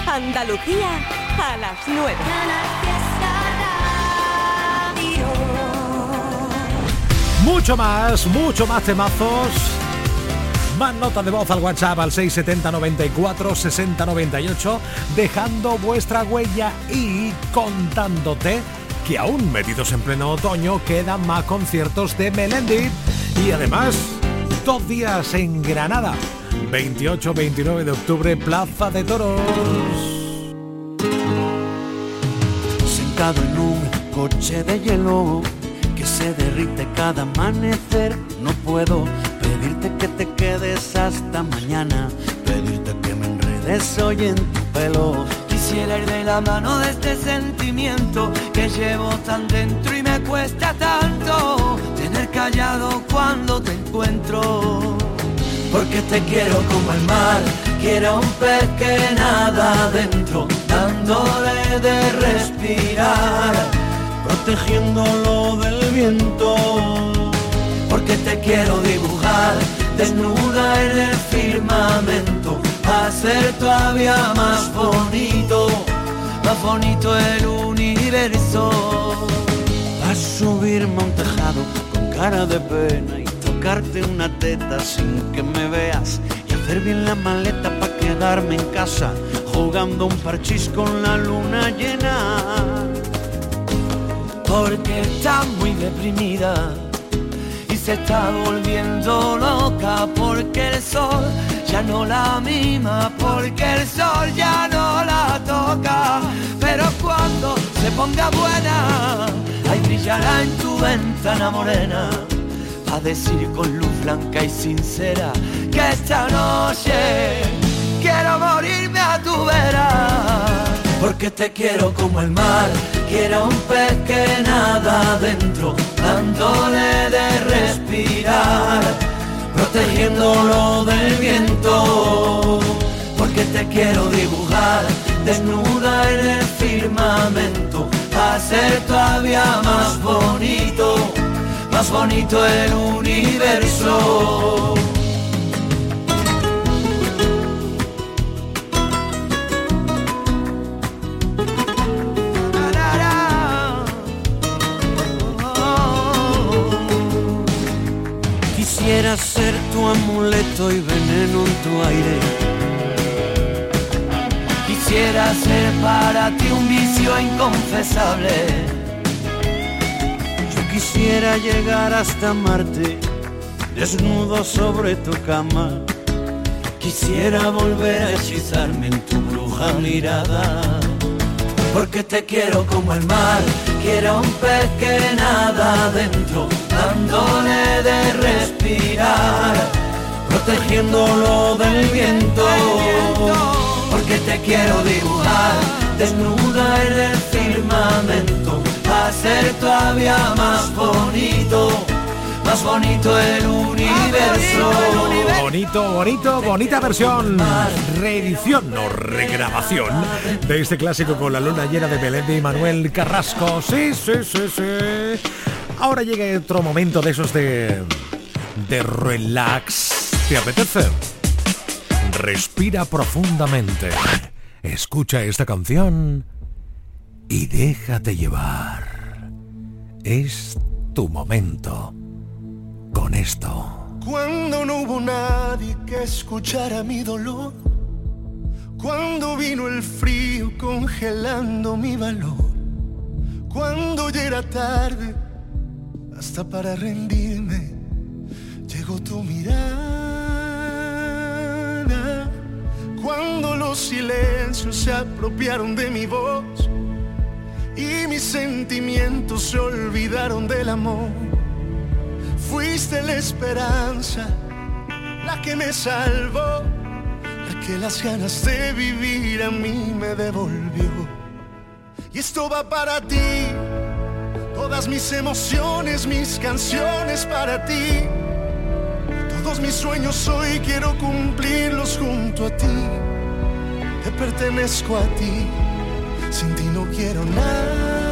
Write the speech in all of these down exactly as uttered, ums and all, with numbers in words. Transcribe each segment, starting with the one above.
Andalucía a las nueve. Mucho más, mucho más temazos. Más nota de voz al WhatsApp al seis siete cero, noventa y cuatro, sesenta, noventa y ocho, dejando vuestra huella y contándote que aún metidos en pleno otoño quedan más conciertos de Melendi. Y además, dos días en Granada, veintiocho veintinueve de octubre, Plaza de Toros. Sentado en un coche de hielo que se derrite cada amanecer, no puedo pedirte que te quedes hasta mañana, pedirte que me enredes hoy en tu pelo. Quisiera ir de la mano de este sentimiento que llevo tan dentro y me cuesta tanto tener callado cuando te encuentro. Porque te quiero como el mar, quiero un pez que nada adentro, dándole de respirar, protegiéndolo del viento. Porque te quiero dibujar desnuda en el firmamento, hacer todavía más bonito, más bonito el universo. A subirme a un tejado con cara de pena y tocarte una teta sin que me veas, y hacer bien la maleta para quedarme en casa jugando un parchís con la luna llena. Porque está muy deprimida y se está volviendo loca, porque el sol ya no la mima, porque el sol ya no la toca. Pero cuando se ponga buena, ahí brillará en tu ventana morena, a decir con luz blanca y sincera que esta noche quiero morirme a tu vera. Porque te quiero como el mar, quiero un pez que nada adentro, dándole de respirar, protegiéndolo del viento. Porque te quiero dibujar desnuda en el firmamento, hacer todavía más bonito, más bonito el universo. Quisiera ser tu amuleto y veneno en tu aire. Quisiera ser para ti un vicio inconfesable. Yo quisiera llegar hasta Marte, desnudo sobre tu cama. Quisiera volver a hechizarme en tu bruja mirada. Porque te quiero como el mar, quiero un pez que nada adentro, dándole de respirar, protegiéndolo del viento. Porque te quiero dibujar desnuda en el firmamento, hacer todavía más bonito, más bonito el universo. Bonito, bonito, bonita versión, reedición o regrabación de este clásico con la luna llena de Melendi y Manuel Carrasco. Sí, sí, sí, sí. Ahora llega otro momento de esos de, de relax. ¿Te apetece? Respira profundamente, escucha esta canción y déjate llevar. Es tu momento con esto. Cuando no hubo nadie que escuchara mi dolor, cuando vino el frío congelando mi valor, cuando ya era tarde hasta para rendirme, llegó tu mirada. Cuando los silencios se apropiaron de mi voz y mis sentimientos se olvidaron del amor, fuiste la esperanza, la que me salvó, la que las ganas de vivir a mí me devolvió. Y esto va para ti, todas mis emociones, mis canciones para ti. Todos mis sueños hoy quiero cumplirlos junto a ti. Te pertenezco a ti, sin ti no quiero nada.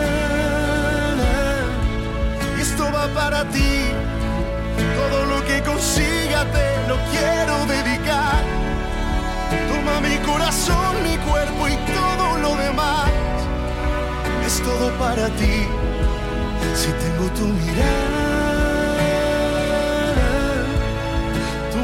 Y esto va para ti, todo lo que consiga te lo quiero dedicar. Toma mi corazón, mi cuerpo es todo para ti. Si tengo tu mirada, tu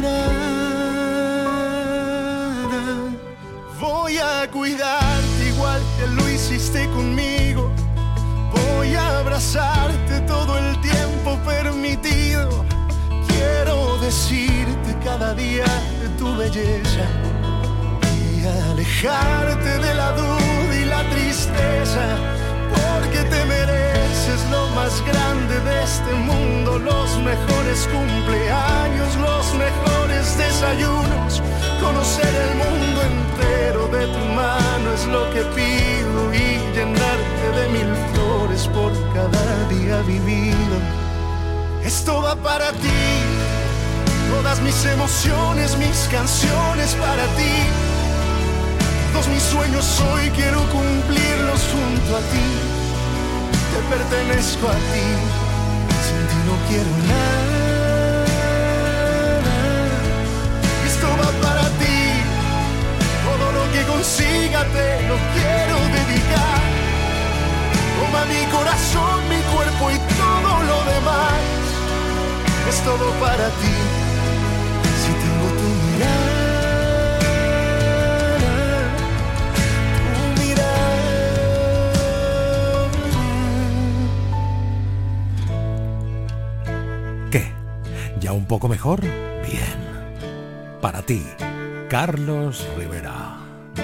mirada, voy a cuidarte igual que lo hiciste conmigo. Voy a abrazarte todo el tiempo permitido. Quiero decirte cada día de tu belleza y alejarte de la duda y la tristeza, porque te mereces lo más grande de este mundo, los mejores cumpleaños, los mejores desayunos, conocer el mundo entero de tu mano es lo que pido y llenarte de mil flores por cada día vivido. Esto va para ti, todas mis emociones, mis canciones para ti. Todos mis sueños hoy quiero cumplirlos junto a ti. Te pertenezco a ti, sin ti no quiero nada. Esto va para ti, todo lo que consiga te lo quiero dedicar. Toma mi corazón, mi cuerpo y todo lo demás. Es todo para ti, si tengo tu mirada. ¿Ya un poco mejor? Bien. Para ti, Carlos Rivera.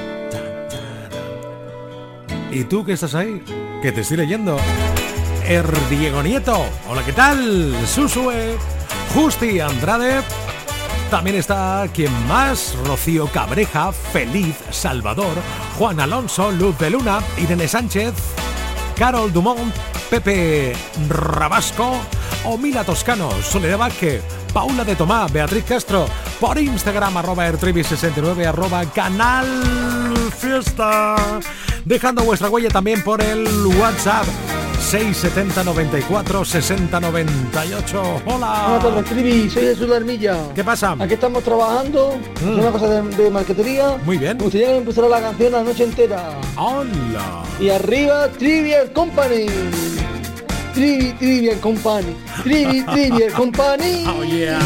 ¿Y tú que estás ahí? Que te estoy leyendo. Er Diego Nieto. Hola, ¿qué tal? Susue, Justi Andrade. También está quien más, Rocío Cabreja, Feliz Salvador, Juan Alonso, Luz de Luna, Irene Sánchez, Carol Dumont, Pepe Rabasco, Omila Toscano, Soledad Vázquez, Paula de Tomás, Beatriz Castro, por Instagram, arroba ertrivi sesenta y nueve, arroba Canal Fiesta. Dejando vuestra huella también por el WhatsApp seis siete cero, noventa y cuatro, sesenta, noventa y ocho. Hola. Hola, Torres Trivi, soy Jesús de Armilla. ¿Qué pasa? Aquí estamos trabajando, Mm. una cosa de, de marquetería. Muy bien. Me gustaría que me pusiera la canción la noche entera. Hola. Y arriba, Trivial Company. Trivi, Trivial Company. Trivi, Trivial Company. Oh yeah.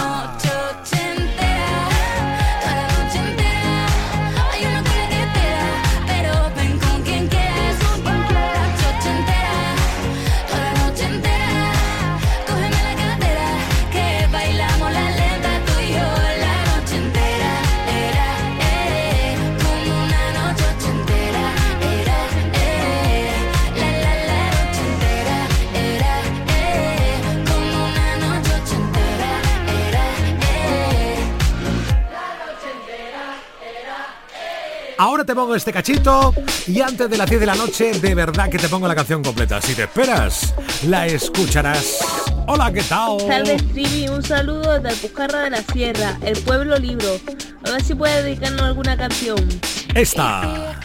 Ahora te pongo este cachito y antes de las diez de la noche de verdad que te pongo la canción completa. Si te esperas, la escucharás. Hola, ¿qué tal? Tardes, Trivi, un saludo desde Alpujarra de la Sierra, el pueblo Libro. A ver si puedes dedicarnos alguna canción. Esta.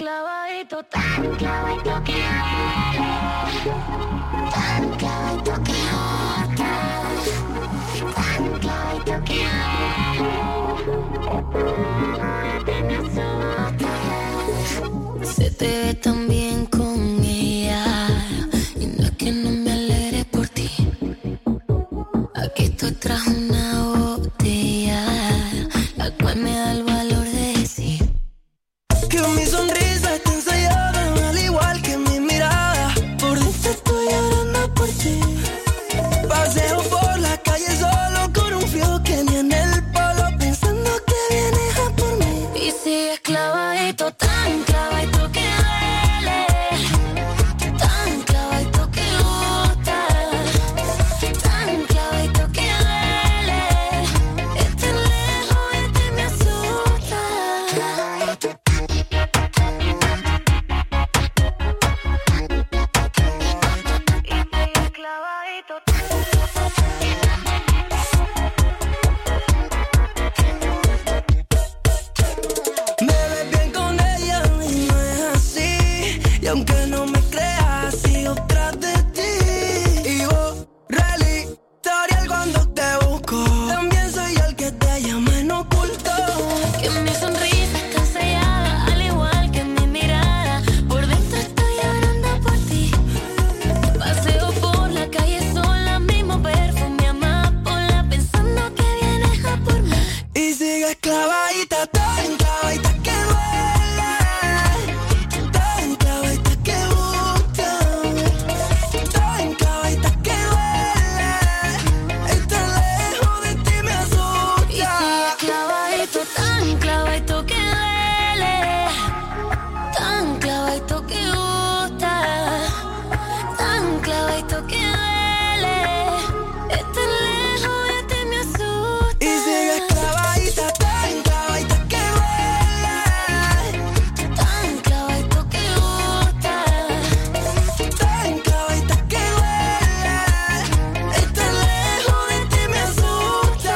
Se te ve tan bien con ella y no es que no me alegre por ti. Aquí estoy tras una botella, la cual me da el valor de decir que mi sonrisa está ensayada, al igual que mi mirada. Por dentro estoy llorando por ti. Paseo por la calle solo con un frío que ni en el polo, pensando que vienes a por mí. y sigues clavadito, tan clavadito que duele, tan clavadito que gusta, tan clavadito que duele. Estar lejos de ti me asusta. Me ves bien con ella, clavadita, tan clavadita que duele, tan clavadita que gusta, tan clavadita que duele, estar lejos de ti me asusta. Y si es clavadito, tan clavadito que duele, tan clavadito que gusta, tan clavadito que duele, estar lejos de ti me asusta. Y si es clavadita, tan clavadita que duele, tan clavadito que gusta, tan clavadita que duele, estar lejos de ti me asusta.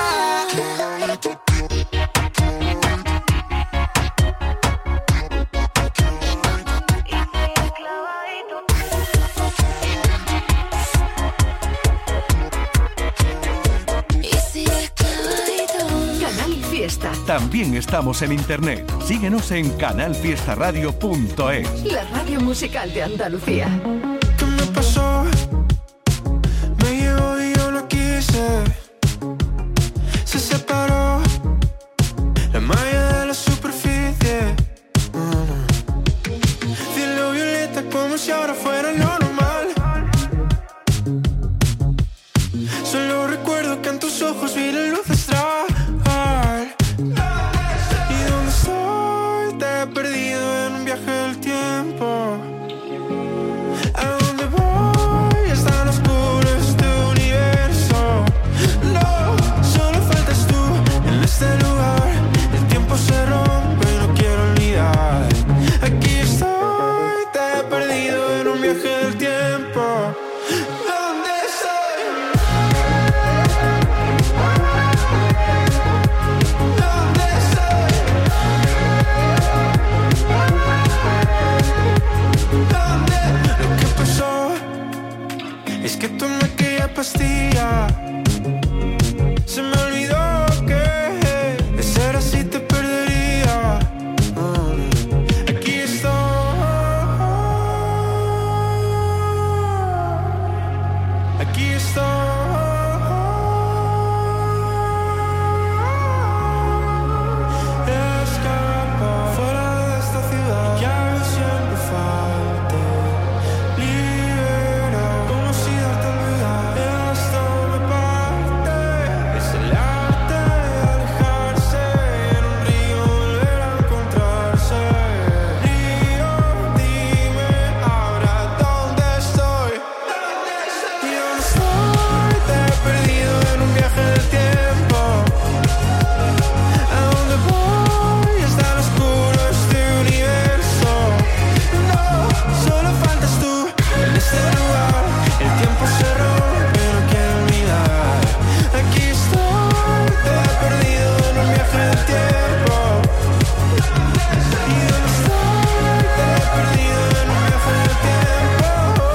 y si es clavadito. Canal Fiesta, También estamos en internet. Síguenos en canal fiesta radio punto es. la radio musical de Andalucía. ¿Qué me pasó? Me llevó y yo no quise. Se separó la malla de la superficie. Mm. Cielo violeta como si ahora fuera lo normal. Solo recuerdo que en tus ojos vi la luz astral. ¿Y dónde estoy? Te he perdido en un viaje del tiempo. ¿A dónde voy? Es tan oscuro este universo. No, solo faltas tú en este lugar. El tiempo se rompe y no quiero olvidar. Aquí estoy, te he perdido en un viaje del tiempo. ¿Dónde estoy? ¿Dónde estoy? ¿Dónde? Lo que pasó es que tomé aquella pastilla. Se me olvidó que de ser así te perdería. Mm. Aquí estoy. Aquí estoy. Escapa fuera de esta ciudad. Que algo siempre falte. Libera como si darte olvidar. Esto me parte. Es el arte de alejarse. En un río volver a encontrarse. Río, dime ahora dónde estoy. Y dónde estoy. Te he perdido en un viaje del tiempo. ¿A dónde voy? Es tan oscuro este universo. No, solo faltas tú en este lugar. El tiempo se rompe, no quiero olvidar. Aquí estoy, te he perdido en un viaje del tiempo. ¿Y dónde estoy? Te he perdido en un viaje del tiempo.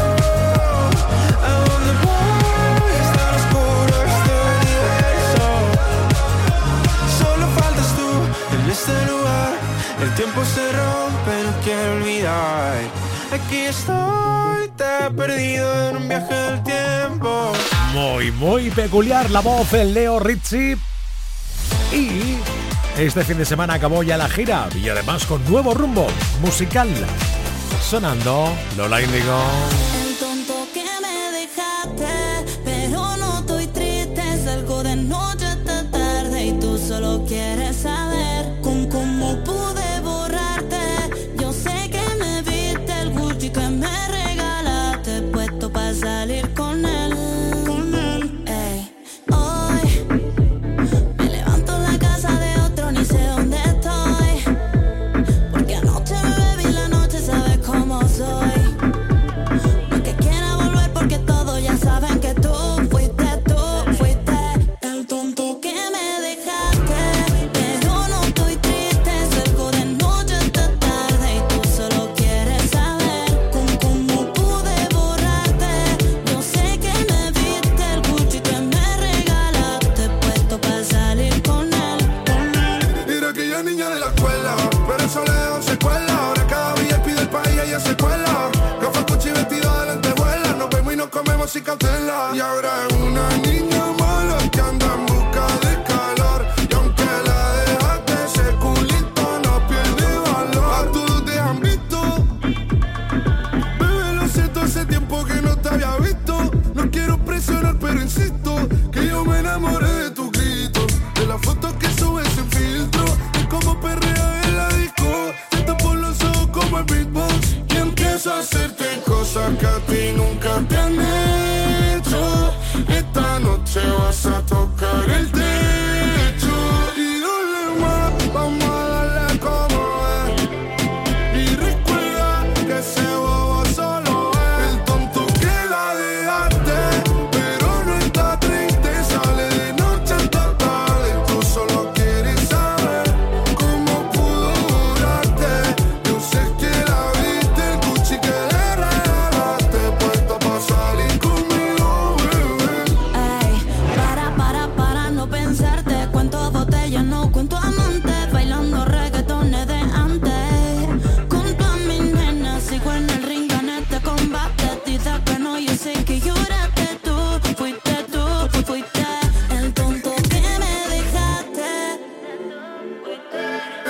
¿A dónde voy? Es tan oscuro este universo. Solo faltas tú en este lugar. El tiempo se rompe, no quiero olvidar. Aquí estoy, te he perdido en un viaje del tiempo. Muy, muy peculiar la voz de Leo Rizzi. Y este fin de semana acabó ya la gira y además con nuevo rumbo musical. Sonando Lola Índigo. El tonto que me dejaste, pero no estoy triste. Salgo de noche hasta tarde y tú solo quieres saber con cómo pude borrarte. Yo sé que me viste el Gucci que me regalaste, puesto para salir con él. Con él. Ey. Hoy me levanto en la casa de otro, ni sé dónde estoy. Porque anoche me bebí la noche, sabes cómo soy. No que quiera volver porque todos ya saben que tú fuiste, tú fuiste el tonto que me dejaste. Pero no estoy triste, salgo de noche hasta tarde y tú solo quieres saber con cómo pude borrarte. Yo sé que me viste el Gucci que me regalaste, puesto para salir con él. Mira que ella es niña de la escuela, pero eso le dejó secuela. Ahora cada V I P del país ella se cuela. Gafas Gucci vestida de lentejuela. Nos vemos y nos comemos sin cautela. Y ahora es una niña mala que anda en busca de calor. Y aunque la dejaste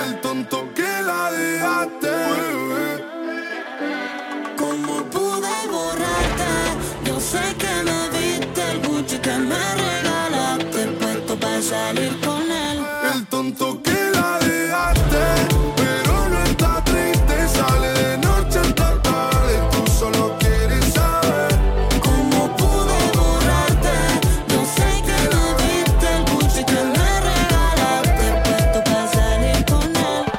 el tonto que la dejaste. ¿Cómo pude borrarte? Yo sé que me diste el Gucci que me regalaste, puesto para salir con él. El tonto que la dejaste, pero no está triste, sale de noche hasta tarde, tú solo quieres saber. ¿Cómo pude borrarte? Yo sé que me diste el Gucci que me regalaste, puesto para salir con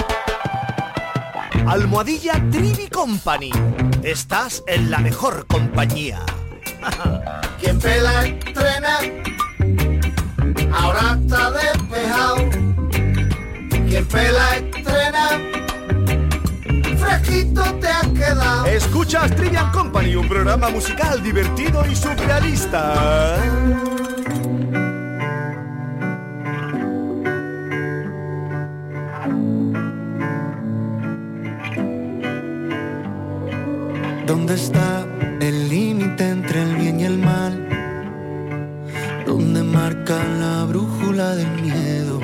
él. Almohadilla Trivi Company. Estás en la mejor compañía. Quien pela estrena, ahora está despejado. Quien pela estrena, fresquito te has quedado. Escuchas Trivian Company, un programa musical divertido y surrealista. ¿Dónde está el límite entre el bien y el mal? ¿Dónde marca la brújula del miedo?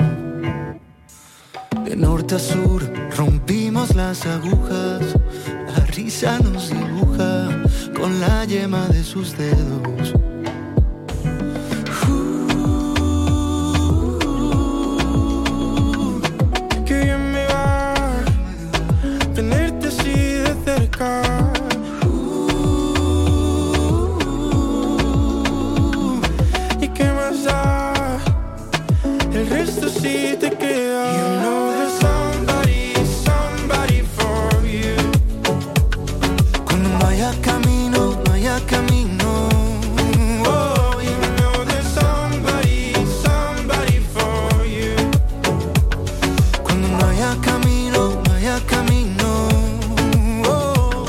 De norte a sur rompimos las agujas, la risa nos dibuja con la yema de sus dedos. Uh, qué bien me va tenerte así de cerca. El resto sí te queda. You know there's somebody, somebody for you. Cuando no haya camino, no haya camino. Oh, you know there's somebody, somebody for you. Cuando no haya camino, no haya camino. Oh.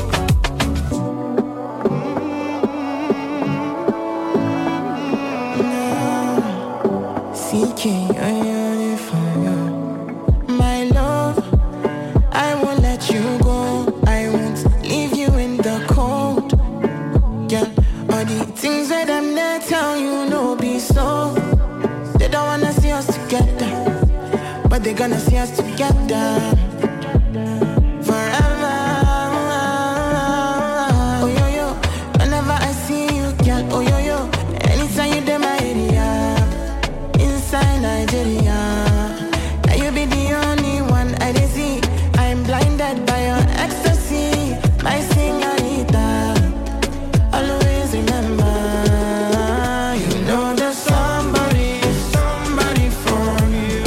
Sí que they're gonna see us together forever. Oh yo yo, whenever I see you, girl. Oh yo yo, anytime you do my area, inside Nigeria, and you be the only one I did see. I'm blinded by your ecstasy, my señorita. Always remember, you know there's somebody, somebody for you.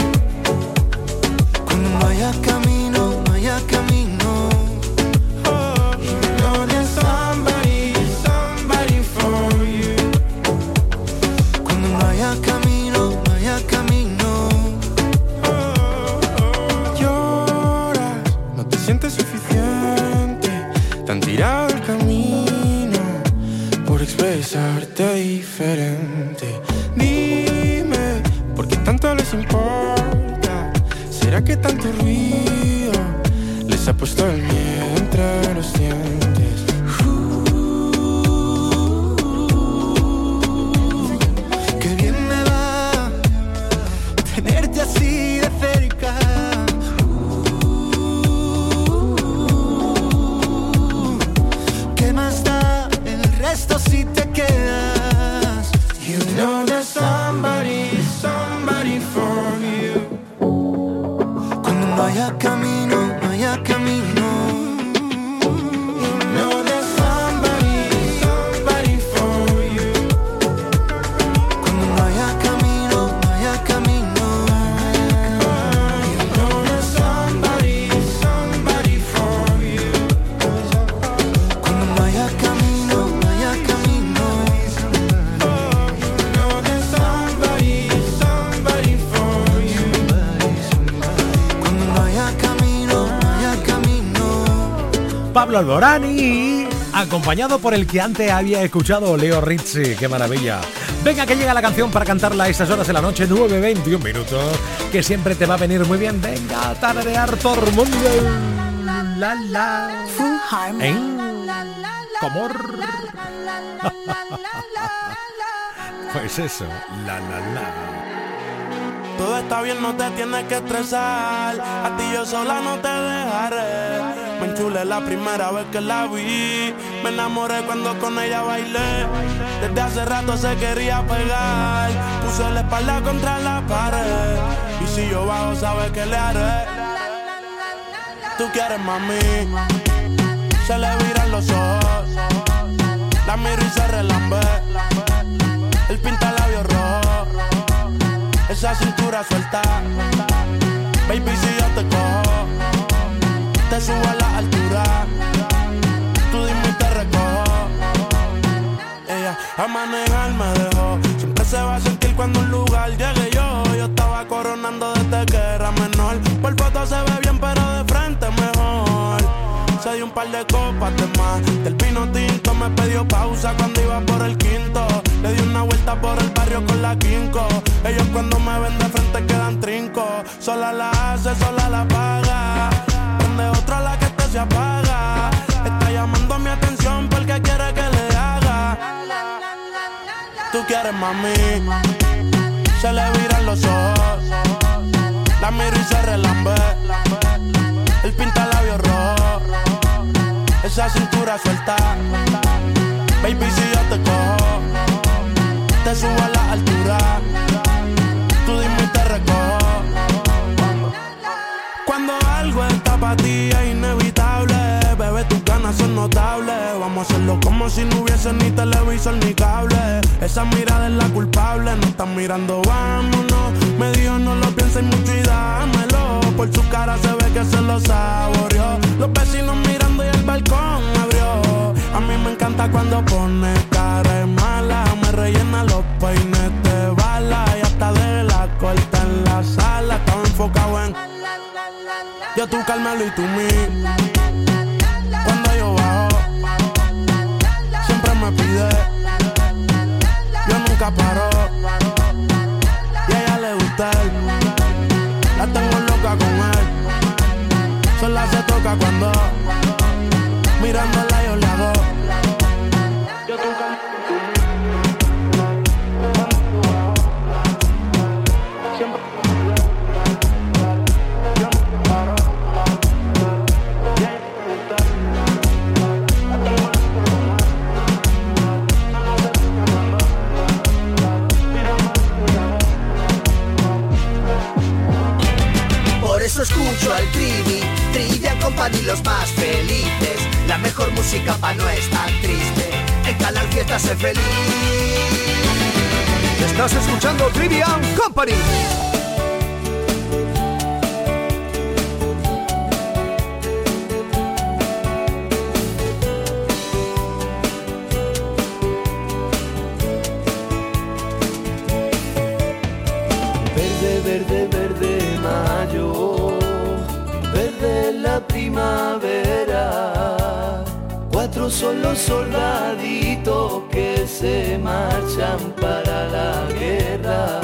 No haya camino, no haya camino. Oh, you know there's somebody, somebody for you. Cuando no haya camino, no haya camino. Oh, oh. Lloras, no te sientes suficiente, tan tirado el camino por expresarte diferente. Dime, ¿por qué tanto les importa? ¿Será que tanto ruido les ha puesto el miedo entre los dientes? Uh, qué bien me va tenerte así de cerca. Uh, ¿qué más da el resto si te quedas? You know there's somebody, somebody for you. No haya camino, no haya camino. You know there's somebody, somebody for you. Cuando no haya camino, no haya camino. You know there's somebody, somebody for you. Cuando no haya camino, no haya camino. You know there's somebody, somebody for you. Camino, vaya camino. Pablo Alborán, acompañado por el que antes había escuchado, Leo Rizzi. ¡Qué maravilla! Venga, que llega la canción para cantarla a estas horas de la noche, nueve veintiún minutos, que siempre te va a venir muy bien. Venga, a tararear todo el mundo. La la. ¿Eh? ¿Cómo? Pues eso, la la la. Todo está bien, no te tienes que estresar. A ti yo sola no te dejaré. Me enchulé la primera vez que la vi. Me enamoré cuando con ella bailé. Desde hace rato se quería pegar. Puse la espalda contra la pared. Y si yo bajo, sabes que le haré. Tú quieres, mami. Se le viran los ojos. La miro y se relambe. El pinta labios rojo. Esa cintura suelta. Baby, si yo te cojo, te subo a la altura. Tú dime y te recojo. Ella a manejar me dejó. Siempre se va a sentir cuando un lugar llegue yo. Yo estaba coronando desde que era menor. Por foto se ve bien, pero de frente mejor. Se dio un par de copas de más. Del vino tinto me pidió pausa cuando iba por el quinto. Le di una vuelta por el barrio con la quinco. Ellos cuando me ven de frente quedan trinco. Sola la hace, sola la paga. Prende otra la que este se apaga. Está llamando mi atención porque quiere que le haga. Tú quieres, mami. Se le viran los ojos. La miro y se relambe. El pinta labios rojo. Esa cintura suelta. Baby, si yo te cojo, te subo a la altura. Tú dime y te recojo. Cuando algo está para ti es inevitable. Bebé, tus ganas son notables. Vamos a hacerlo como si no hubiese ni televisor ni cable. Esa mirada es la culpable. No están mirando, vámonos. Me dijo no lo pienses mucho y dámelo. Por su cara se ve que se lo saboreó. Los vecinos mirando y el balcón abrió. A mí me encanta cuando pone cara de mala. Me rellena los peines de bala. Y hasta de la corta en la sala. Estaba enfocado en yo, tú, Carmelo y tú, mí. Cuando yo bajo, siempre me pide. Yo nunca paro. Y a ella le gusta él. La tengo loca con él. Sola se toca cuando mirándola yo le hago. Yo, tú, Carmelo y tú, mí. Siempre escucho al Trivi, Trivian Company, los más felices. La mejor música pa' no estar triste. En Canal Fiesta sé feliz. Estás escuchando Trivian Company. Verde, verde, verde mayo, verde la primavera. Cuatro son los soldaditos que se marchan para la guerra.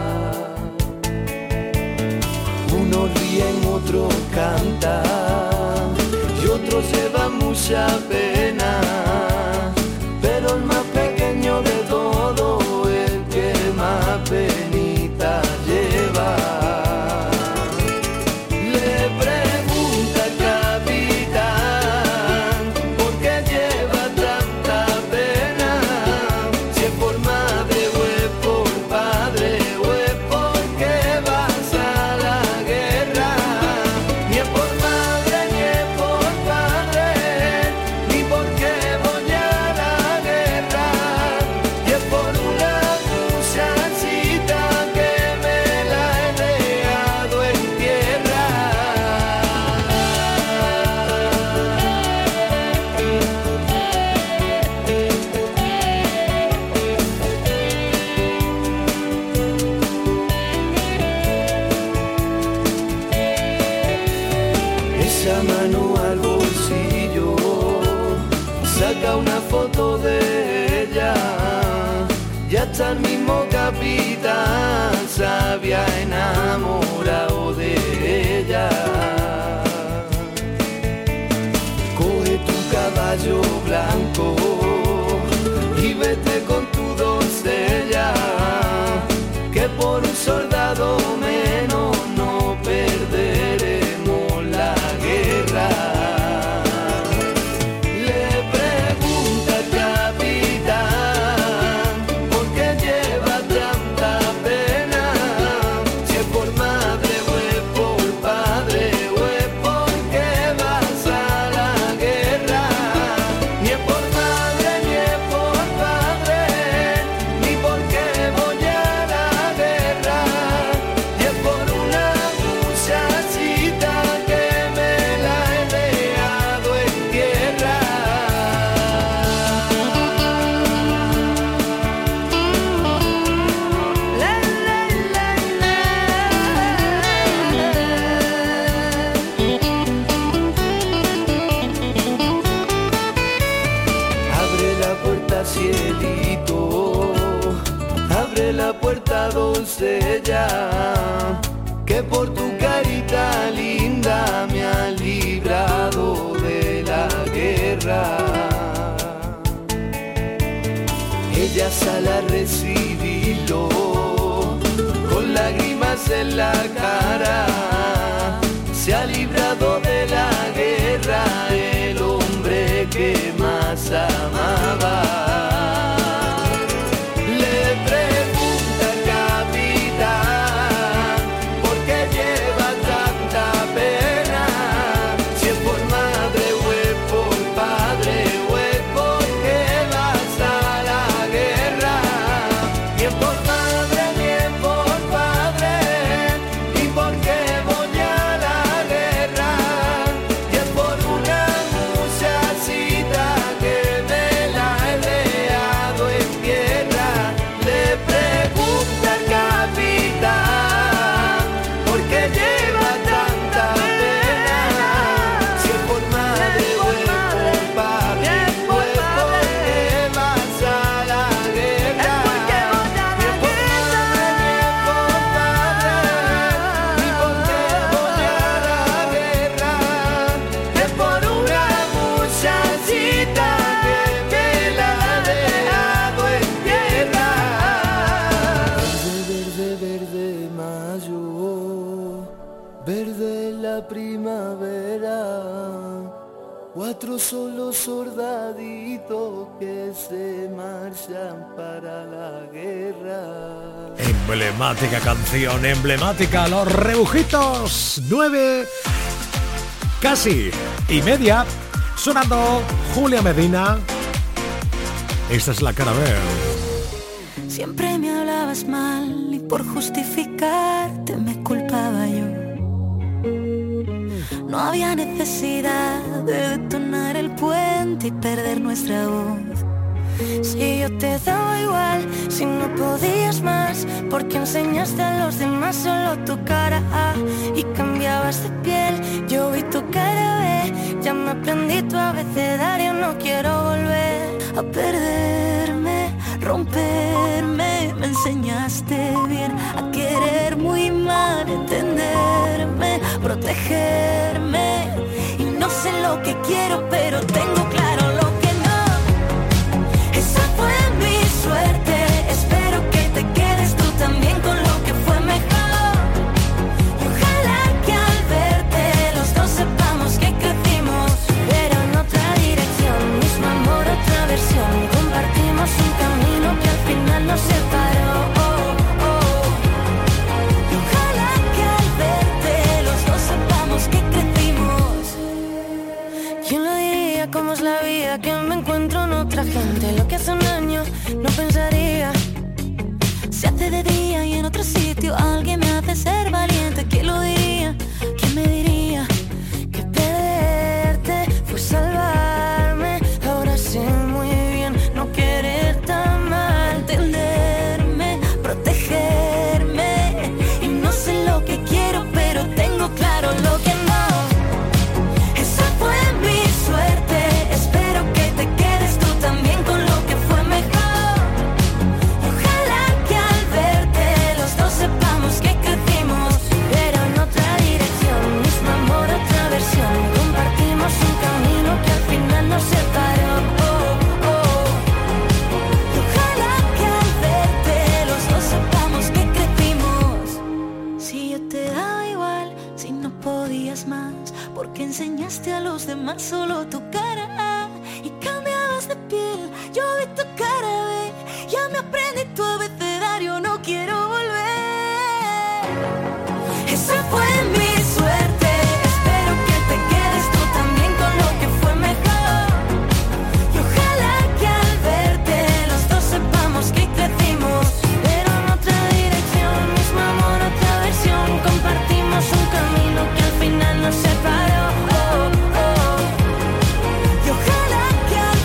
Unos ríen, otros cantan y otros llevan mucha pena. Pero el más pequeño de todo, el que más penita lleva. El mismo capitán se había enamorado de ella. Coge tu caballo blanco y vete con tu doncella, que por un soldado menos no perderemos en la cara. Se ha librado de la guerra el hombre que más amaba. Le pregunta el capitán por qué lleva tanta pena, si es por madre o es por padre o es porque vas a la guerra. Ni es por madre ni es por padre, ni porque voy a la guerra. Y es por una muchachita que me la he dejado en tierra. Le pregunta al capitán por qué lleva tanta pena, si es por madre o es por padre, o es porque vas a la guerra. Ni es por madre ni es por padre, ni porque voy a la guerra. Es por una muchachita que me la ha dejado en tierra. Verde, verde, verde mayo, verde la primavera. Cuatro son los soldaditos que se marchan para la guerra. Emblemática canción, emblemática. Los Rebujitos, nueve, casi y media, sonando Julia Medina. Esta es la cara B. Siempre me hablabas mal y por justificarte me culpaba yo. No había necesidad de detonar el puente y perder nuestra voz. Si yo te daba igual, si no podías más, porque enseñaste a los demás solo tu cara A y cambiabas de piel. Yo vi tu cara B, ya me aprendí tu abecedario, no quiero volver a perderme, romperme. Me enseñaste bien a querer muy mal, entenderme, protegerme. Y no sé lo que quiero, pero tengo claro lo que no. Esa fue mi suerte, espero que te quedes tú también con lo que fue mejor. Y ojalá que al verte los dos sepamos que crecimos, pero en otra dirección, mismo amor, otra versión. Compartimos un camino que al final nos separó. Oh, oh. Y ojalá que al verte los dos sepamos que crecimos. ¿Quién lo diría? ¿Cómo es la vida? Que me encuentro en otra gente. Lo que hace un año no pensaría. Se hace de día y en otro sitio alguien me hace ser valiente. ¿Quién lo diría? ¿Quién me diría? Que perderte fue salvarme. Ahora sé muy bien no querer tan mal, entenderme, protegerme. Y no sé lo que quiero, pero tengo claro lo que no. Esa fue mi suerte, espero que te quedes tú también con lo que fue mejor. Y ojalá que al verte los dos sepamos que crecimos, pero en otra dirección, mismo amor, otra versión. Compartimos un camino que al final nos separó. Oh, oh. Y ojalá que al verte los dos sepamos que crecimos. Si yo te daba igual, si no podías más, porque enseñaste a los demás solo tu cara A y cambiabas de piel. Yo vi tu cara B, ya me aprendí tu abecedario, no quiero volver. Esa fue mi suerte, espero que te quedes tú también con lo que fue mejor. Y ojalá que al verte los dos sepamos que crecimos, pero en otra dirección, mismo amor, otra versión. Compartimos un camino que al final nos separó. Oh, oh. Y ojalá que al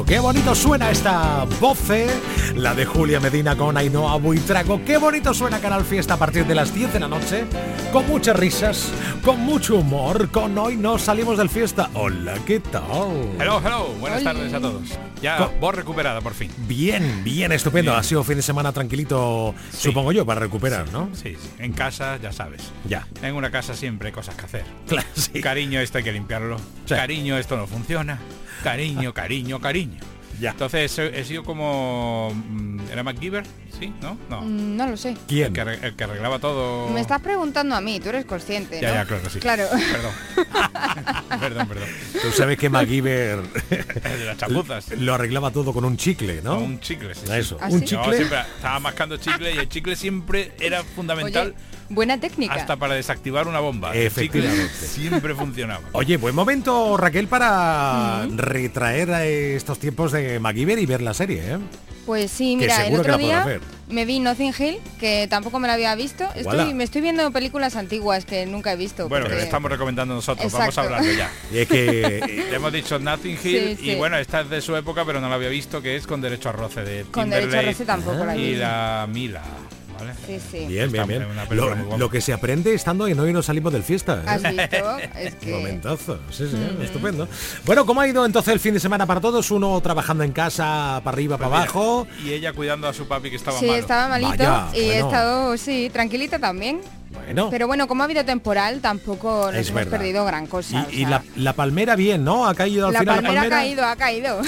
bonito, qué bonito suena esta voce, la de Julia Medina con Ainhoa Buitrago. Qué bonito suena Canal Fiesta a partir de las diez de la noche, con muchas risas, con mucho humor, con Hoy Nos Salimos del Fiesta. Hola, ¿qué tal? Hello, hello, buenas Hola. tardes a todos. Ya, con... voz recuperada por fin. Bien, bien, estupendo. Bien. Ha sido fin de semana tranquilito, sí. supongo yo, para recuperar, sí. ¿no? Sí, sí, en casa, ya sabes. Ya. En una casa siempre hay cosas que hacer. Claro, sí. Cariño, esto hay que limpiarlo. Sí. Cariño, esto no funciona. Cariño, cariño, cariño. Ya. Entonces he sido como... ¿Era MacGyver? ¿Sí? ¿No? No. Mm, no lo sé. ¿Quién? El que, el que arreglaba todo... Me estás preguntando a mí, tú eres consciente, Ya, ¿no? ya, claro que sí. Claro. Perdón. perdón, perdón. Tú sabes que MacGyver... de las chapuzas. Lo arreglaba todo con un chicle, ¿no? Con un chicle, sí. Eso, ¿Ah, un sí? chicle. No, siempre estaba mascando chicle y el chicle siempre era fundamental. Oye, buena técnica. Hasta para desactivar una bomba. Efectivamente. Siempre funcionaba. Oye, buen momento, Raquel, para mm. retraer a estos tiempos de MacGyver y ver la serie, ¿eh? Pues sí, mira, el otro día me vi Notting Hill, que tampoco me la había visto. Estoy, me estoy viendo películas antiguas que nunca he visto. Bueno, porque... que le estamos recomendando nosotros. Exacto. Vamos a hablarlo ya. Y es que le hemos dicho Notting Hill, sí, sí. y bueno, esta es de su época, pero no la había visto, que es Con Derecho a Roce, de Con Timberlake Derecho a Roce tampoco la vi. Y la Mila. ¿Vale? Sí, sí. Bien, bien, bien. Lo, lo que se aprende estando en Hoy Nos Salimos del Fiesta, ¿eh? ¿Has visto? Es que... Momentazo, sí, sí, mm. estupendo. Bueno, ¿cómo ha ido entonces el fin de semana para todos? Uno trabajando en casa, para arriba, pues para mira, abajo. Y ella cuidando a su papi que estaba sí, malo. Sí, estaba malito. Vaya, y bueno. he estado, sí, tranquilita también. Bueno. Pero bueno, como ha habido temporal, tampoco nos es hemos verdad. perdido gran cosa. Y, o sea. y la, la palmera bien, ¿no? Ha caído al la final palmera la palmera. ha caído, ha caído.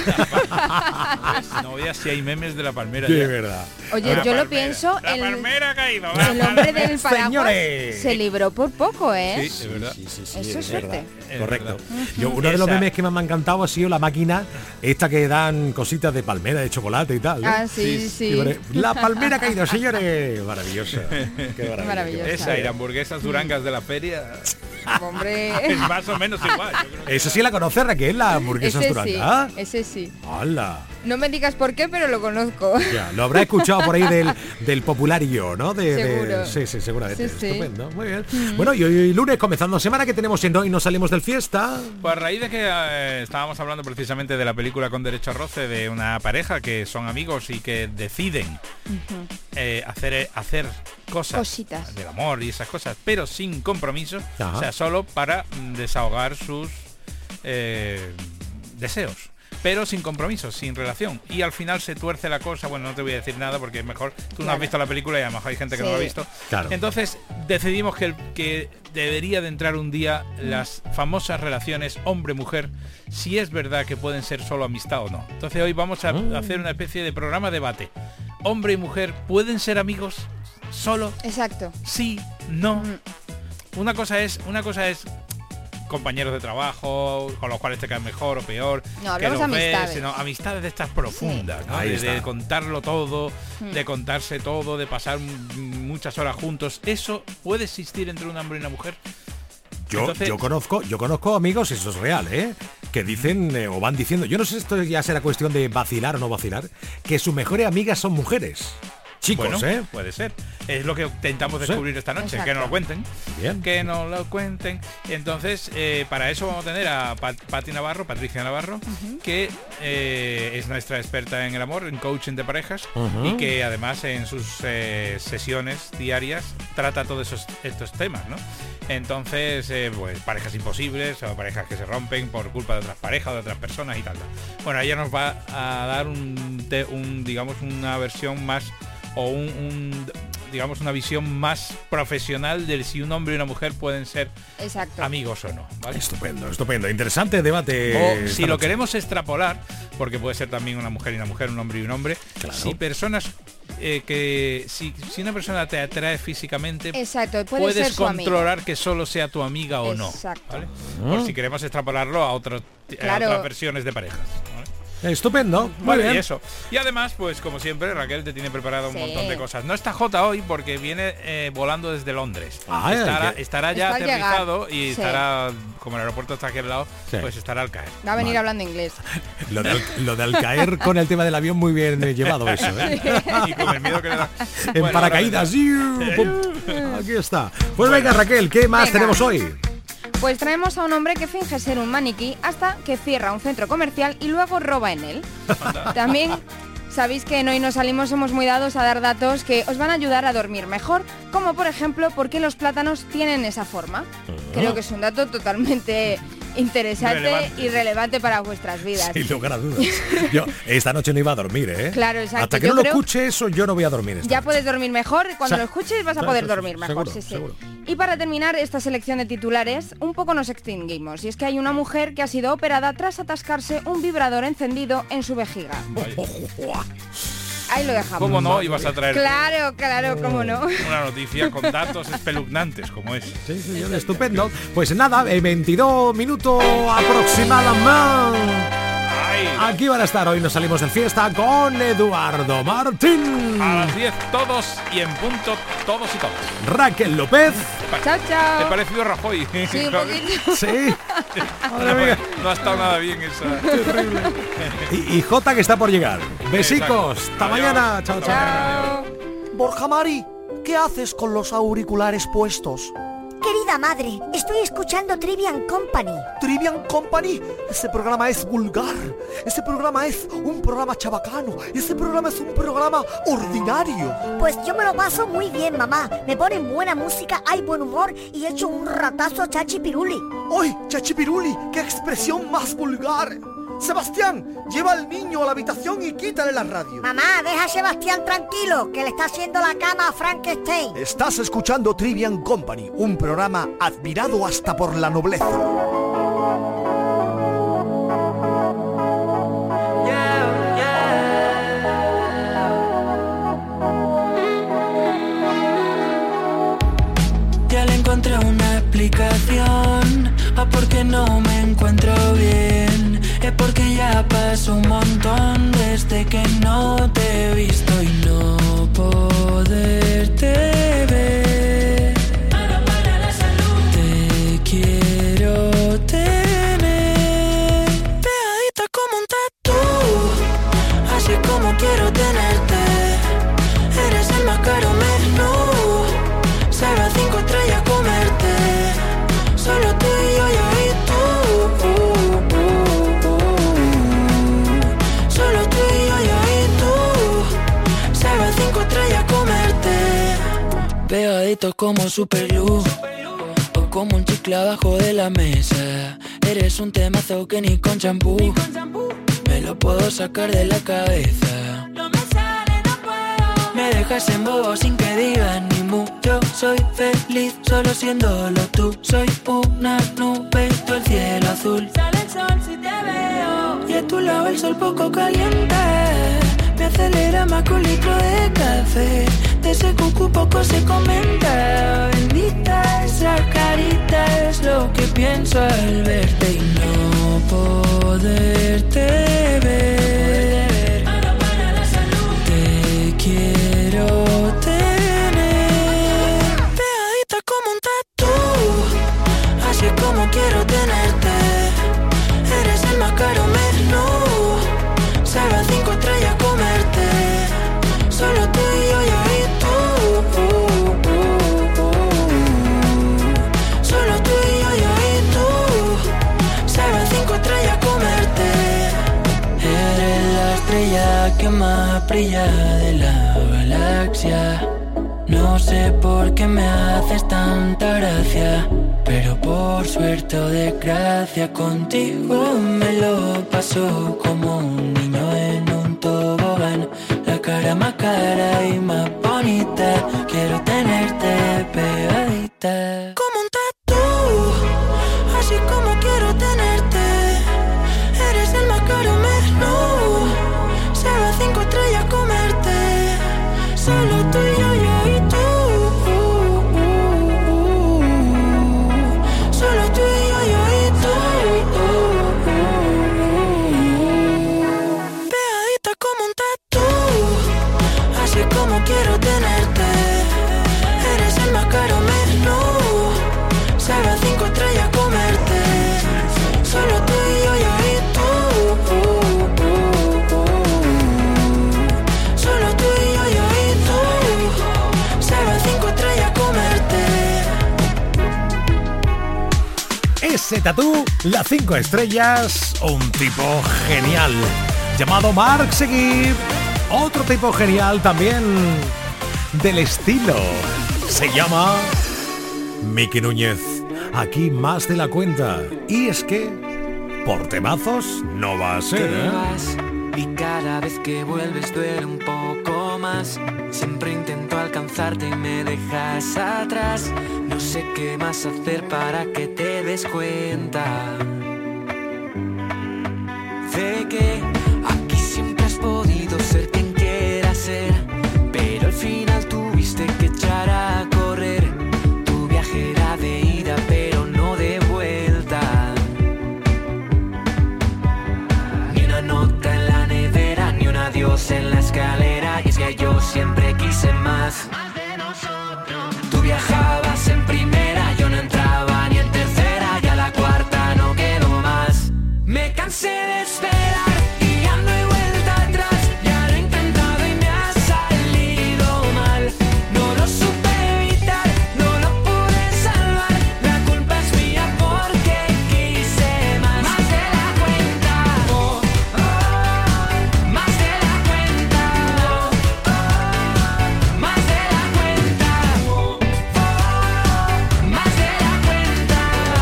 Pues no veas si hay memes de la palmera. De ya. verdad. Oye, la yo palmera. lo pienso, la el, palmera ha caído. el hombre del paraguas Señores. se libró por poco, ¿eh? Sí, es verdad. Sí, sí, sí, Eso es suerte. Es correcto. Yo, uno de los memes que más me ha encantado ha sido la máquina esta que dan cositas de palmera, de chocolate y tal, ¿no? Ah, sí, sí. sí. La palmera ha caído, señores. Maravillosa. Qué maravilla. Maravillosa. Esa y las hamburguesas durangas de la feria. Hombre. Es más o menos igual. Eso sí la conoce Raquel, la hamburguesa duranga. Sí, ese sí. ¡Hala! No me digas por qué, pero lo conozco. Ya, lo habrá escuchado por ahí del, del populario, ¿no? De, Seguro. De, sí, sí, seguramente. Sí, sí. Estupendo, muy bien. Mm. Bueno, y hoy lunes, comenzando semana, que tenemos en Hoy Nos Salimos del Fiesta. Pues a raíz de que eh, estábamos hablando precisamente de la película Con Derecho a Roce, de una pareja que son amigos y que deciden uh-huh. eh, hacer, hacer cosas Cositas. del amor y esas cosas, pero sin compromiso, Ajá. o sea, solo para desahogar sus eh, deseos, pero sin compromiso, sin relación, y al final se tuerce la cosa. Bueno, no te voy a decir nada porque es mejor, tú claro. no has visto la película y a lo mejor hay gente que sí. no lo ha visto, claro. Entonces decidimos que, que debería de entrar un día las famosas relaciones hombre-mujer, si es verdad que pueden ser solo amistad o no. Entonces hoy vamos a mm. hacer una especie de programa debate. Hombre y mujer pueden ser amigos solo. Exacto. Sí, no. Mm. Una cosa es, una cosa es compañeros de trabajo con los cuales te caen mejor o peor, no, hablamos de amistades, ves, sino amistades de estas profundas, sí. ¿no? de, de contarlo todo, mm. de contarse todo, de pasar muchas horas juntos. Eso puede existir entre un hombre y una mujer. Yo, Entonces, yo conozco, yo conozco amigos, eso es real, ¿eh? Que dicen eh, o van diciendo, yo no sé si esto ya será cuestión de vacilar o no vacilar, que sus mejores amigas son mujeres. Chicos, bueno, ¿eh? Puede ser. Es lo que intentamos no descubrir sé. esta noche. Exacto. Que nos lo cuenten. Bien. Que nos lo cuenten. Entonces, eh, para eso vamos a tener a Pat Pati Navarro, Patricia Navarro, uh-huh. que eh, es nuestra experta en el amor, en coaching de parejas, uh-huh. y que además en sus eh, sesiones diarias trata todos esos, estos temas, ¿no? Entonces, eh, pues parejas imposibles o parejas que se rompen por culpa de otras parejas o de otras personas y tal. Bueno, ella nos va a dar un, un digamos, una versión más o un, un digamos una visión más profesional de si un hombre y una mujer pueden ser Exacto. amigos o no, ¿vale? Estupendo, estupendo, interesante debate. O si lo queremos extrapolar, porque puede ser también una mujer y una mujer, un hombre y un hombre, claro. si personas eh, que si, si una persona te atrae físicamente, Exacto, puede puedes ser controlar amiga. que solo sea tu amiga o Exacto. no, ¿vale? Uh-huh. Por si queremos extrapolarlo a, otro, claro. a otras versiones de parejas, ¿vale? Estupendo, muy vale, bien. Y eso. Y además, pues como siempre, Raquel te tiene preparado un sí. montón de cosas. No está Jota hoy porque viene eh, volando desde Londres. Ah, estará, que... estará ya está aterrizado y sí. estará, como el aeropuerto está aquí al lado, sí. pues estará al caer. Va a venir vale. hablando inglés. Lo de, lo de al caer con el tema del avión muy bien llevado eso, ¿eh? Y con el miedo que le da. En Bueno, paracaídas. Aquí está. Pues venga, Raquel, ¿qué más venga. tenemos hoy? Pues traemos a un hombre que finge ser un maniquí hasta que cierra un centro comercial y luego roba en él. También sabéis que en Hoy Nos Salimos somos muy dados a dar datos que os van a ayudar a dormir mejor, como por ejemplo por qué los plátanos tienen esa forma. Creo que es un dato totalmente interesante relevante. y relevante para vuestras vidas. Sin lugar a dudas. Yo esta noche no iba a dormir, ¿eh? Claro, exacto. Hasta que yo no lo escuche eso, yo no voy a dormir. Ya noche. puedes dormir mejor. Cuando o sea, lo escuches vas a poder eso, dormir mejor. Seguro, sí, sí. seguro. Y para terminar esta selección de titulares, un poco nos extinguimos. Y es que hay una mujer que ha sido operada tras atascarse un vibrador encendido en su vejiga. Ahí lo dejamos. ¿Cómo no ibas a traer? Claro, claro, cómo no. Una noticia con datos espeluznantes como es. Sí, señor, estupendo. Pues nada, en veintidós minutos aproximadamente. Ay. Aquí van a estar. Hoy Nos Salimos de fiesta con Eduardo Martín. A las diez todos y en punto todos y todos. Raquel López. Chao, chao. ¿Te ha parecido Rajoy? Sí, un poquito. Sí. No, no ha estado nada bien esa. Terrible. Y, y Jota que está por llegar. Besicos. Exacto. Hasta Adiós. mañana. Chao, chao. Chao. Borja Mari, ¿qué haces con los auriculares puestos? Querida madre, estoy escuchando Trivian Company. ¿Trivian Company? Ese programa es vulgar. Ese programa es un programa chabacano. Ese programa es un programa ordinario. Pues yo me lo paso muy bien, mamá. Me ponen buena música, hay buen humor y echo un ratazo chachipiruli. ¡Ay, chachipiruli! ¡Qué expresión más vulgar! Sebastián, lleva al niño a la habitación y quítale la radio. Mamá, deja a Sebastián tranquilo, que le está haciendo la cama a Frankenstein. Estás escuchando Trivian Company, un programa admirado hasta por la nobleza. Yeah, yeah. Ya le encontré una explicación a por qué no me encuentro bien. Es porque ya pasó un montón desde que no te he visto y no poderte ver. Para la salud. Te quiero tener pegadita como un tatú, así como quiero tenerte. Eres el más caro menú, salgo a cinco estrellas a comerte. Solo tú y yo, yo y tú. Pegadito como superglue o como un chicle abajo de la mesa. Eres un temazo que ni con champú me lo puedo sacar de la cabeza. No me sale, no puedo. Me dejas en bobo sin que digas ni mu. Yo soy feliz solo siéndolo tú. Soy una nube, tú el cielo azul. Sale el sol si te veo y a tu lado el sol poco caliente. Me acelera más que un litro de café. De ese cucu poco se comenta. Bendita esa carita, es lo que pienso al verte y no poderte ver. Para la salud. Te quiero tener pegadita como un tatú, así como quiero tenerte. Eres el más caro menú, salgo a cinco estrellas a comerte. Solo tú y yo, yo y tú. Solo tú y yo, yo y tú. Salgo a cinco estrellas a comerte. Eres la estrella que más brilla de la galaxia. No sé por qué me haces tanta gracia, pero por suerte o desgracia contigo me lo paso como un niño en un tobogán. La cara más cara y más bonita, quiero tenerte pegadita como un tatú, así como quiero tenerte. Eres el más caro menú, salgo a cinco estrellas a comerte. Solo tú y yo, yo y tú. Solo tú y yo, yo y tú. Se tatúa las cinco estrellas, un tipo genial llamado Marc Seguí. Otro tipo genial también del estilo. Se llama Miki Núñez. Aquí más de la cuenta. Y es que por temazos no va a ser, Te ¿eh? vas, y cada vez que vuelves duele un poco más. Siempre intento alcanzarte y me dejas atrás. No sé qué más hacer para que te des cuenta de que aquí siempre has podido ser quien quieras ser, pero al final tuviste que echar a correr. Tu viaje era de ida pero no de vuelta. Ni una nota en la nevera, ni un adiós en la escalera. Y es que yo siempre quise más. Tú viajabas en primera, yo no entraba ni en tercera, y a la cuarta no quedo más. Me cansé de esperar y ya no hay vuelta atrás. Ya lo he intentado y me ha salido mal. No lo supe evitar, no lo pude salvar. La culpa es mía porque quise más. Más de la cuenta, oh, oh, más de la cuenta, oh, oh, más de la cuenta, oh, oh, más de la cuenta,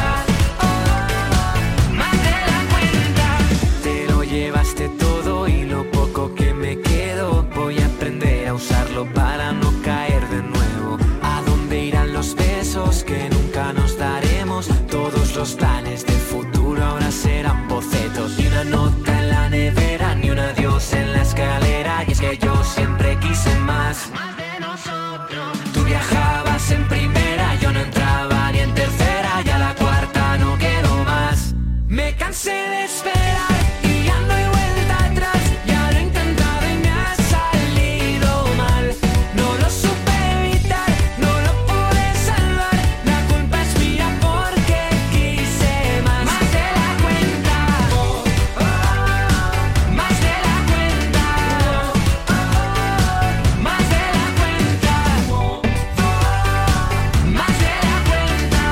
oh, más de la cuenta. Te lo llevaste todo y lo poco que me quedo voy a aprender a usarlo para no caer de nuevo. ¿A dónde irán los besos que nunca nos daremos? Todos los planes del futuro ahora serán bocetos. Ni una nota en la nevera, ni un adiós en la escalera. Y es que yo siempre quise más. Tú viajabas en primera, yo no entraba ni en tercera, y a la cuarta no quedo más. Me cansé de esperar y ya no hay vuelta atrás. Ya lo he intentado y me ha salido mal. No lo supe evitar, no lo pude salvar. La culpa es mía porque quise más. Más de la cuenta, oh, oh, más de la cuenta, oh, oh, más de la cuenta, oh, oh, más de la cuenta,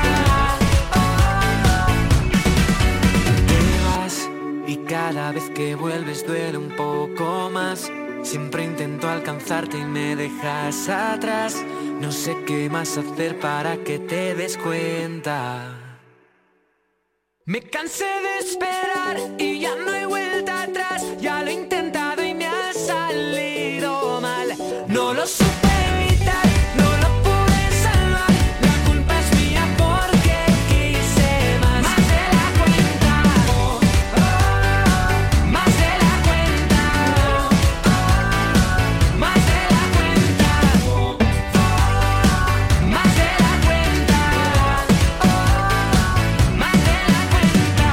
oh. Te vas y cada vez que vuelves duele un poco más. Siempre intento alcanzarte y me dejas atrás. No sé qué más hacer para que te des cuenta. Me cansé de esperar y ya no hay vuelta atrás. Ya lo he intentado y me ha salido mal. No lo supe evitar, no lo pude salvar. La culpa es mía porque quise más. Más de la cuenta, oh, oh, más de la cuenta, oh, oh, más de la cuenta, oh, oh, más de la cuenta, oh, oh, más de la cuenta.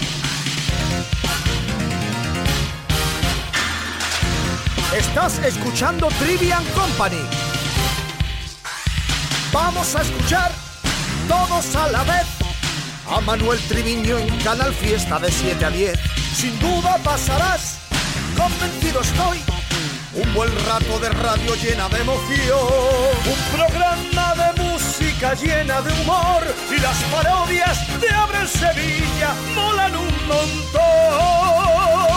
Estás escuchando Trivian Company. Vamos a escuchar todos a la vez a Manuel Triviño en Canal Fiesta de siete a diez. Sin duda pasarás, convencido estoy, un buen rato de radio llena de emoción. Un programa de música llena de humor y las parodias de Abre Sevilla molan un montón.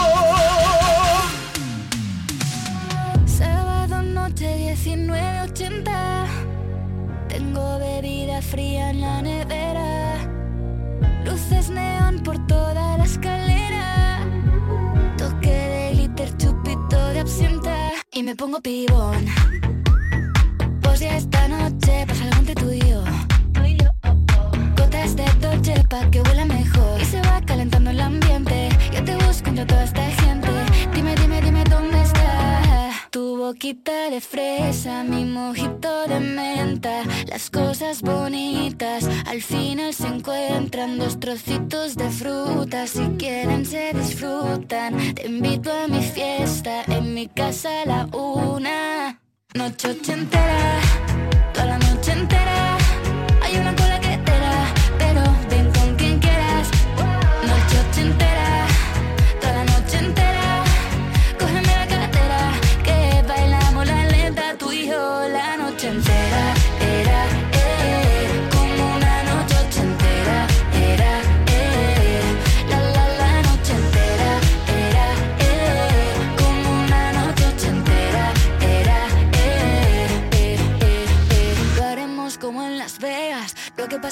Sábado noche diecinueve ochenta. Tengo bebida fría en la nevera. Luces neón por toda la escalera. Toque de glitter, chupito de absenta. Y me pongo pibón. Pues ya esta noche pasa algo entre tú y yo. Gotas de Dolce pa' que huela mejor. Y se va calentando el ambiente. Yo te busco entre toda esta gente. Dime, dime, dime dónde está tu boquita de fresa, mi mojito de menta. Las cosas bonitas al final se encuentran. Dos trocitos de fruta, si quieren se disfrutan. Te invito a mi fiesta, en mi casa a la una. Noche ochentera, toda la noche entera. Hay una cola que te da, pero ven con quien quieras. Noche ochentera, toda la noche entera. Cógeme la cartera, que bailamos la lenta. Tú y yo la noche entera. Era, eh, como una noche ochentera. Era, eh.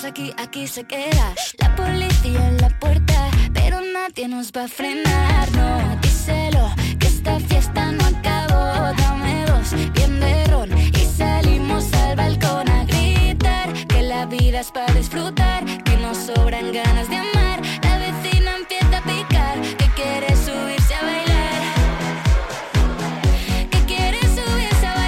estamos aquí, aquí se queda. La policía en la puerta, pero nadie nos va a frenar. No, díselo, que esta fiesta no acabó. Dame dos, bien de ron, y salimos al balcón a gritar que la vida es para disfrutar, que nos sobran ganas de amar. La vecina empieza a picar, que quiere subirse a bailar, que quiere subirse a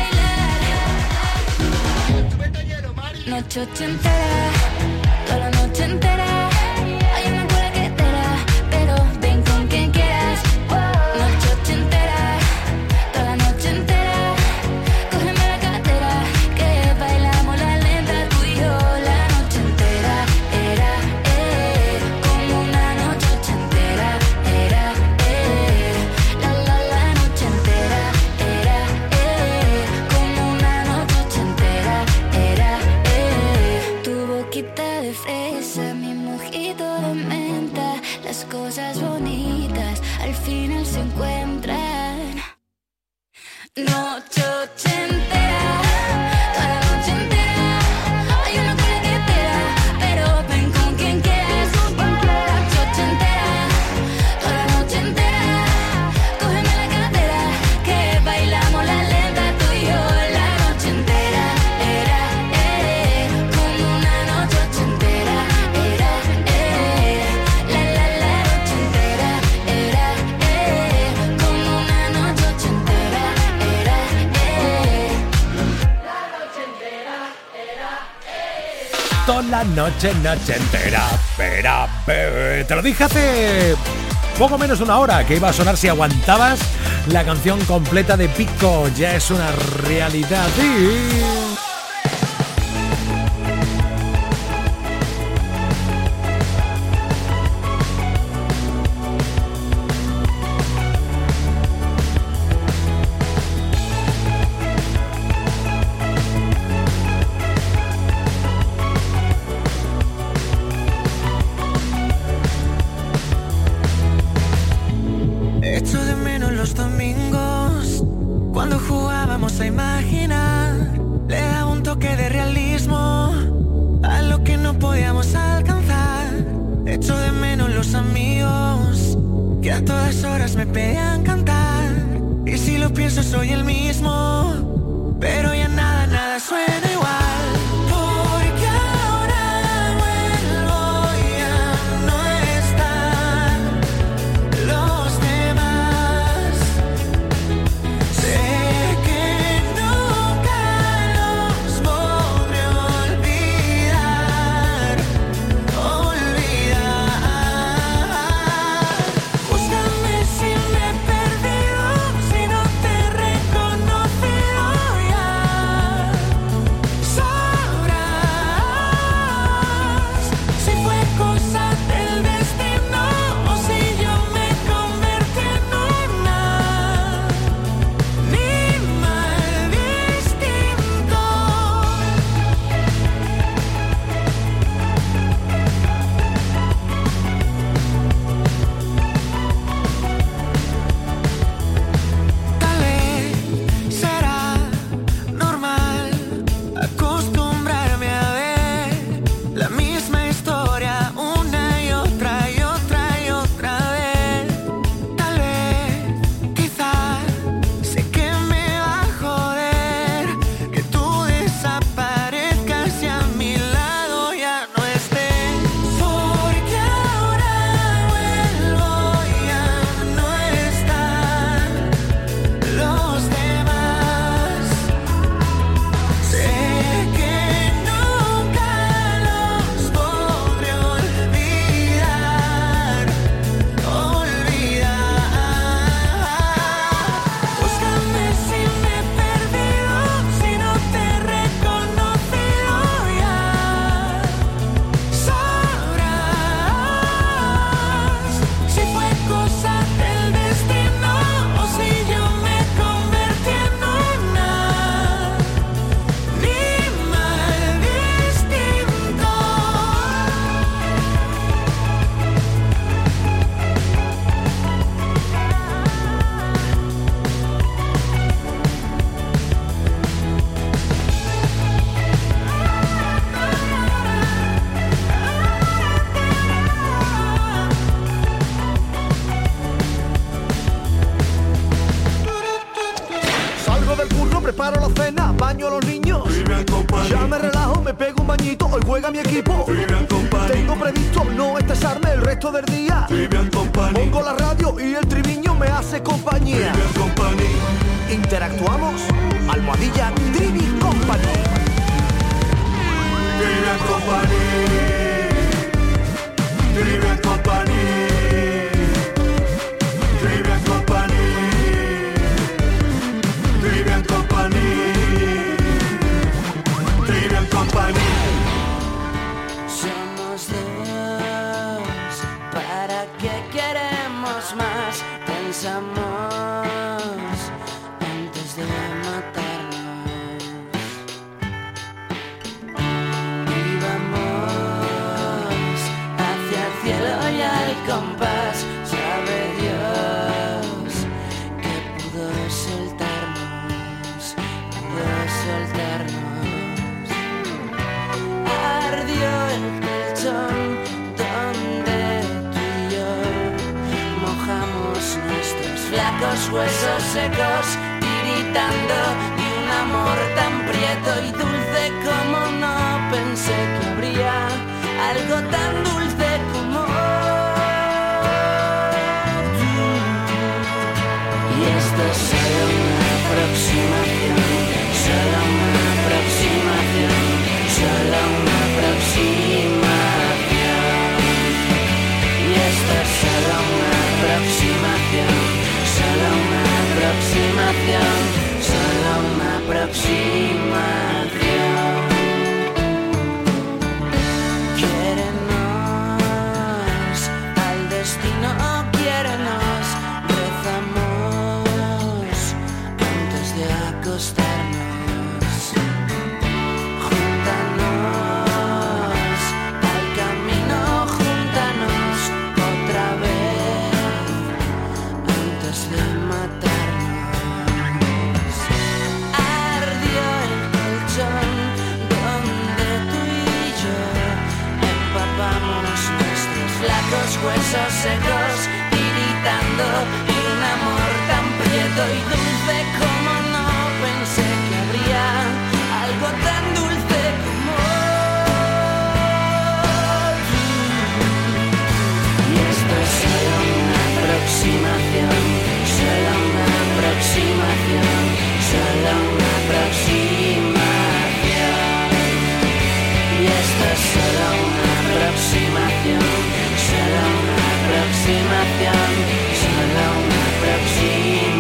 bailar. Noche ochentera, toda la noche entera. Hay una colaquetera, pero ven con quien quieras. Noche ochentera, toda la noche entera. Cógeme la cartera, que bailamos la lenta tú y yo. La noche entera era, eh, como una noche ochentera. Era, eh, la la la noche entera. Era, eh, como una noche ochentera. Era, eh, tu boquita de fresa, mi mojito de menta. Las cosas bonitas al final se encuentran. Noche ochentera, toda la noche entera. Hay una colaquetera, pero ven con quien quieras. Noche ochentera, toda la noche entera. Cógeme la cartera, que bailamos la lenta tú y yo. La noche entera era, eh, como una noche ochentera. Era, eh, la la la noche entera. Era, eh, como una noche ochentera. Era, eh, la noche entera. Era, eh. Toda la noche, noche entera. Espera, bebé. Te lo dije hace poco menos de una hora que iba a sonar si aguantabas la canción completa de Pico. Ya es una realidad. Sí. Echo de menos los domingos, cuando jugábamos a imaginar. Le daba un toque de realismo a lo que no podíamos alcanzar. Echo de menos los amigos que a todas horas me pedían cantar. Y si lo pienso soy el mismo, pero ya nada, nada suena igual. Porque ahora vuelvo y ya no están los demás. Sé que nunca los podré olvidar, olvidar. Búscame si me he perdido, si no te he reconocido ya. preparo la cena, baño a los niños. Ya me relajo, me pego un bañito, hoy juega mi equipo. Tengo previsto no estresarme el resto del día. Pongo la radio y el triviño me hace compañía. Interactuamos, almohadilla Trivi Company. Trivian Company. Trivian Company. Trivian Company. Trivian Company. Trivian Company. Somos dos, ¿para qué queremos más? Pensamos antes de matarnos. Y vamos hacia el cielo y al compás. Sabe Dios que pudo soltarnos, pudo soltarnos. Ardió el colchón donde tú y yo mojamos nuestros flacos huesos secos, tiritando de un amor tan prieto y dulce como no pensé que habría algo tan dulce como tú. Y esto es solo una aproximación, solo una aproximación, solo una aproximación. Y esto es solo una aproximación, solo una aproximación, solo una aproximación. Quiérenos al destino, quiérenos, rezamos antes de acostarnos. Júntanos al camino, júntanos otra vez antes de matarnos. Ardió el colchón donde tú y yo empapamos nuestros flacos huesos secos, tiritando de un amor tan prieto y dulce como no pensé que habría algo tan dulce como tú. Y esto es solo una aproximación, solo una aproximación, solo una aproximación. Y esto es solo una aproximación, solo una aproximación, solo una aproximación.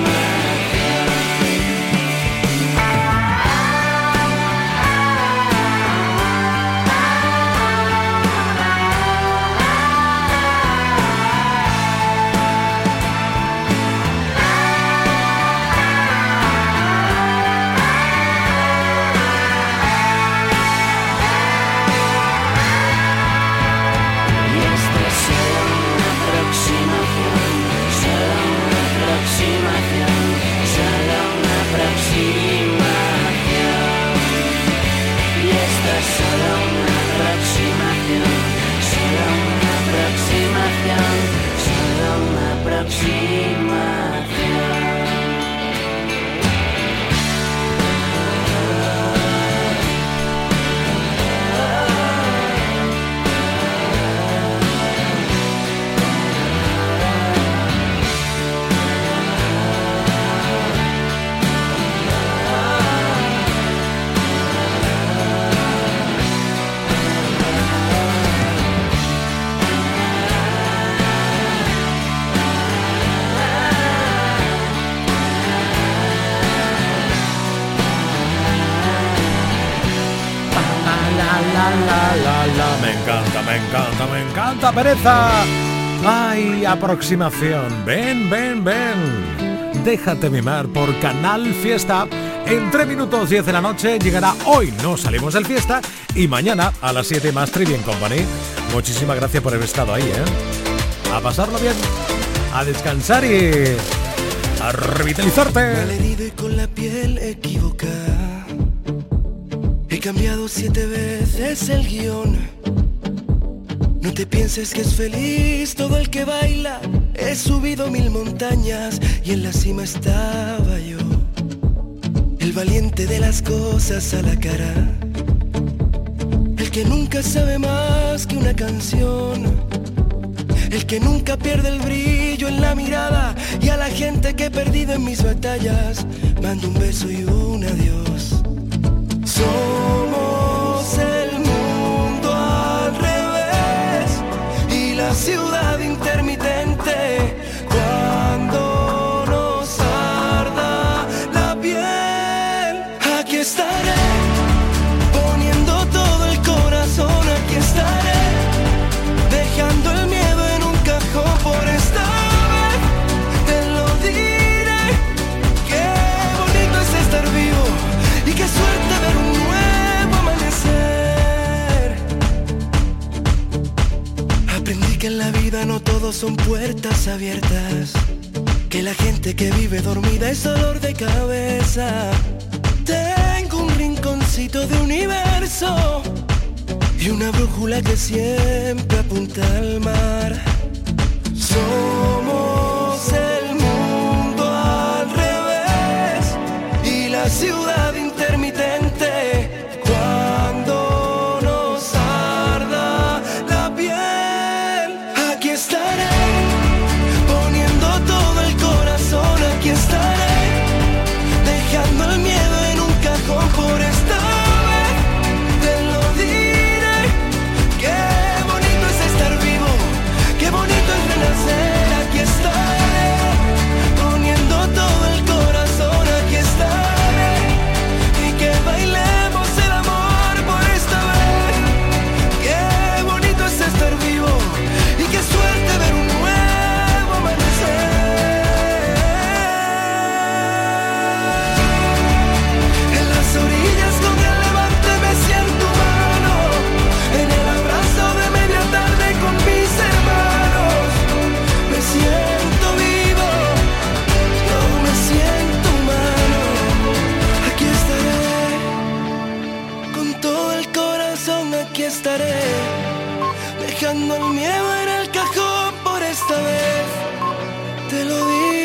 Y esto es solo una aproximación, solo una aproximación, solo una aproximación. Y esto es solo una aproximación, solo una aproximación, solo una aproximación. La, la, la, la. Me encanta, me encanta, me encanta, pereza. Ay, aproximación. Ven, ven, ven. Déjate mimar por Canal Fiesta. En tres minutos diez de la noche llegará Hoy No Salimos del Fiesta y mañana a las siete más Trivian Company. Muchísimas gracias por haber estado ahí, ¿eh? A pasarlo bien, a descansar y a revitalizarte. Malherido y con la piel equivocada, he cambiado siete veces el guión. No te pienses que es feliz todo el que baila. He subido mil montañas y en la cima estaba yo. El valiente de las cosas a la cara, el que nunca sabe más que una canción, el que nunca pierde el brillo en la mirada, y a la gente que he perdido en mis batallas mando un beso y un adiós. Somos el mundo al revés y la ciudad intermitente. Cuando nos arda la piel, aquí estaré, poniendo todo el corazón, aquí estaré, dejando el miedo en un cajón. Por esta vez te lo diré, qué bonito es estar vivo y qué suerte ver un nuevo amanecer. Aprendí que en la vida no todo son puertas abiertas, que la gente que vive dormida es dolor de cabeza. Tengo un rinconcito de universo y una brújula que siempre apunta al mar. Somos el mundo al revés y la ciudad